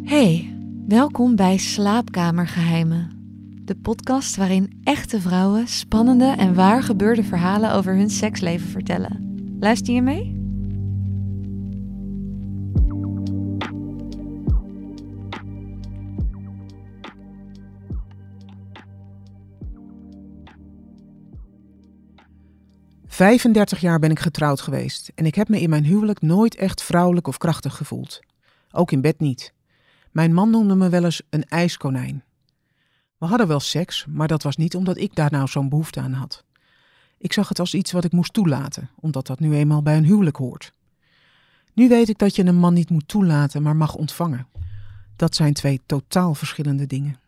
Hey, welkom bij Slaapkamergeheimen. De podcast waarin echte vrouwen spannende en waar gebeurde verhalen over hun seksleven vertellen. Luister je mee? ...35 jaar ben ik getrouwd geweest en ik heb me in mijn huwelijk nooit echt vrouwelijk of krachtig gevoeld. Ook in bed niet. Mijn man noemde me wel eens een ijskonijn. We hadden wel seks, maar dat was niet omdat ik daar nou zo'n behoefte aan had. Ik zag het als iets wat ik moest toelaten, omdat dat nu eenmaal bij een huwelijk hoort. Nu weet ik dat je een man niet moet toelaten, maar mag ontvangen. Dat zijn twee totaal verschillende dingen.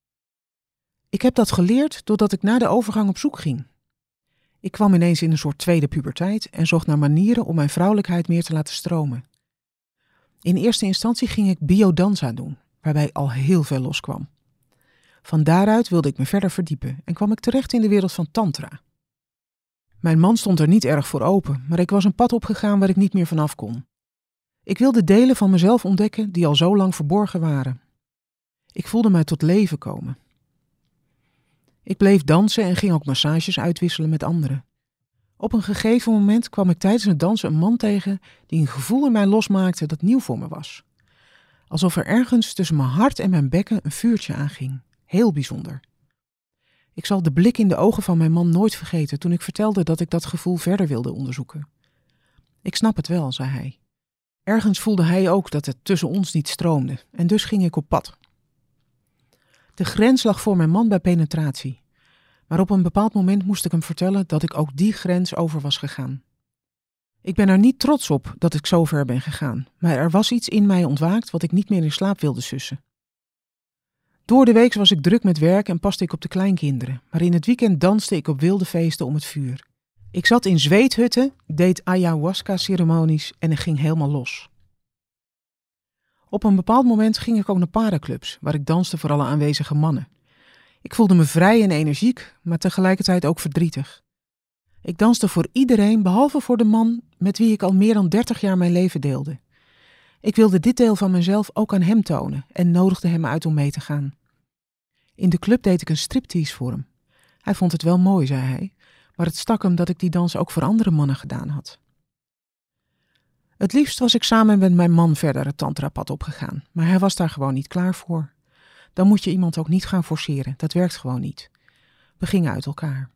Ik heb dat geleerd doordat ik na de overgang op zoek ging. Ik kwam ineens in een soort tweede puberteit en zocht naar manieren om mijn vrouwelijkheid meer te laten stromen. In eerste instantie ging ik biodanza doen, waarbij al heel veel loskwam. Van daaruit wilde ik me verder verdiepen en kwam ik terecht in de wereld van tantra. Mijn man stond er niet erg voor open, maar ik was een pad opgegaan waar ik niet meer vanaf kon. Ik wilde delen van mezelf ontdekken die al zo lang verborgen waren. Ik voelde mij tot leven komen. Ik bleef dansen en ging ook massages uitwisselen met anderen. Op een gegeven moment kwam ik tijdens het dansen een man tegen die een gevoel in mij losmaakte dat nieuw voor me was. Alsof er ergens tussen mijn hart en mijn bekken een vuurtje aanging. Heel bijzonder. Ik zal de blik in de ogen van mijn man nooit vergeten toen ik vertelde dat ik dat gevoel verder wilde onderzoeken. Ik snap het wel, zei hij. Ergens voelde hij ook dat het tussen ons niet stroomde en dus ging ik op pad. De grens lag voor mijn man bij penetratie. Maar op een bepaald moment moest ik hem vertellen dat ik ook die grens over was gegaan. Ik ben er niet trots op dat ik zo ver ben gegaan, maar er was iets in mij ontwaakt wat ik niet meer in slaap wilde sussen. Door de week was ik druk met werk en paste ik op de kleinkinderen, maar in het weekend danste ik op wilde feesten om het vuur. Ik zat in zweethutten, deed ayahuasca-ceremonies en ik ging helemaal los. Op een bepaald moment ging ik ook naar paraclubs, waar ik danste voor alle aanwezige mannen. Ik voelde me vrij en energiek, maar tegelijkertijd ook verdrietig. Ik danste voor iedereen, behalve voor de man met wie ik al meer dan 30 jaar mijn leven deelde. Ik wilde dit deel van mezelf ook aan hem tonen en nodigde hem uit om mee te gaan. In de club deed ik een striptease voor hem. Hij vond het wel mooi, zei hij, maar het stak hem dat ik die dans ook voor andere mannen gedaan had. Het liefst was ik samen met mijn man verder het tantrapad opgegaan, maar hij was daar gewoon niet klaar voor. Dan moet je iemand ook niet gaan forceren, dat werkt gewoon niet. We gingen uit elkaar.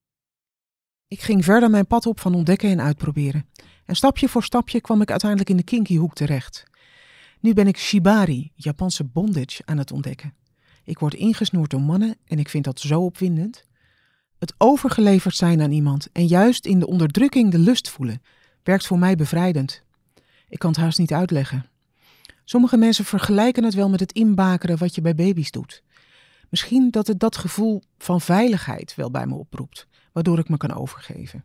Ik ging verder mijn pad op van ontdekken en uitproberen. En stapje voor stapje kwam ik uiteindelijk in de kinky hoek terecht. Nu ben ik shibari, Japanse bondage, aan het ontdekken. Ik word ingesnoerd door mannen en ik vind dat zo opwindend. Het overgeleverd zijn aan iemand en juist in de onderdrukking de lust voelen, werkt voor mij bevrijdend. Ik kan het haast niet uitleggen. Sommige mensen vergelijken het wel met het inbakeren wat je bij baby's doet. Misschien dat het dat gevoel van veiligheid wel bij me oproept, waardoor ik me kan overgeven.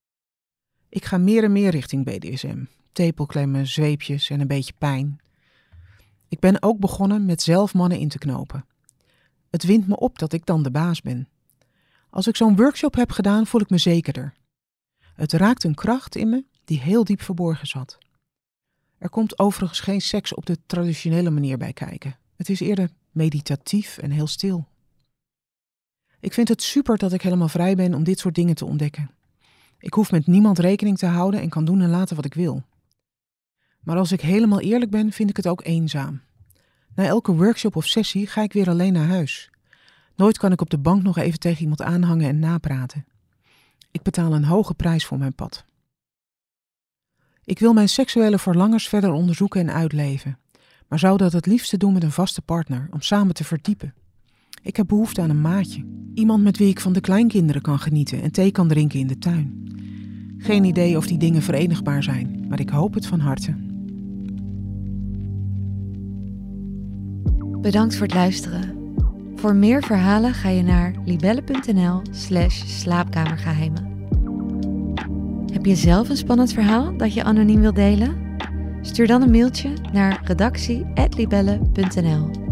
Ik ga meer en meer richting BDSM. Tepelklemmen, zweepjes en een beetje pijn. Ik ben ook begonnen met zelf mannen in te knopen. Het wint me op dat ik dan de baas ben. Als ik zo'n workshop heb gedaan, voel ik me zekerder. Het raakt een kracht in me die heel diep verborgen zat. Er komt overigens geen seks op de traditionele manier bij kijken. Het is eerder meditatief en heel stil. Ik vind het super dat ik helemaal vrij ben om dit soort dingen te ontdekken. Ik hoef met niemand rekening te houden en kan doen en laten wat ik wil. Maar als ik helemaal eerlijk ben, vind ik het ook eenzaam. Na elke workshop of sessie ga ik weer alleen naar huis. Nooit kan ik op de bank nog even tegen iemand aanhangen en napraten. Ik betaal een hoge prijs voor mijn pad. Ik wil mijn seksuele verlangens verder onderzoeken en uitleven, maar zou dat het liefste doen met een vaste partner, om samen te verdiepen. Ik heb behoefte aan een maatje, iemand met wie ik van de kleinkinderen kan genieten en thee kan drinken in de tuin. Geen idee of die dingen verenigbaar zijn, maar ik hoop het van harte. Bedankt voor het luisteren. Voor meer verhalen ga je naar libelle.nl/slaapkamergeheimen. Heb je zelf een spannend verhaal dat je anoniem wilt delen? Stuur dan een mailtje naar redactie@libelle.nl.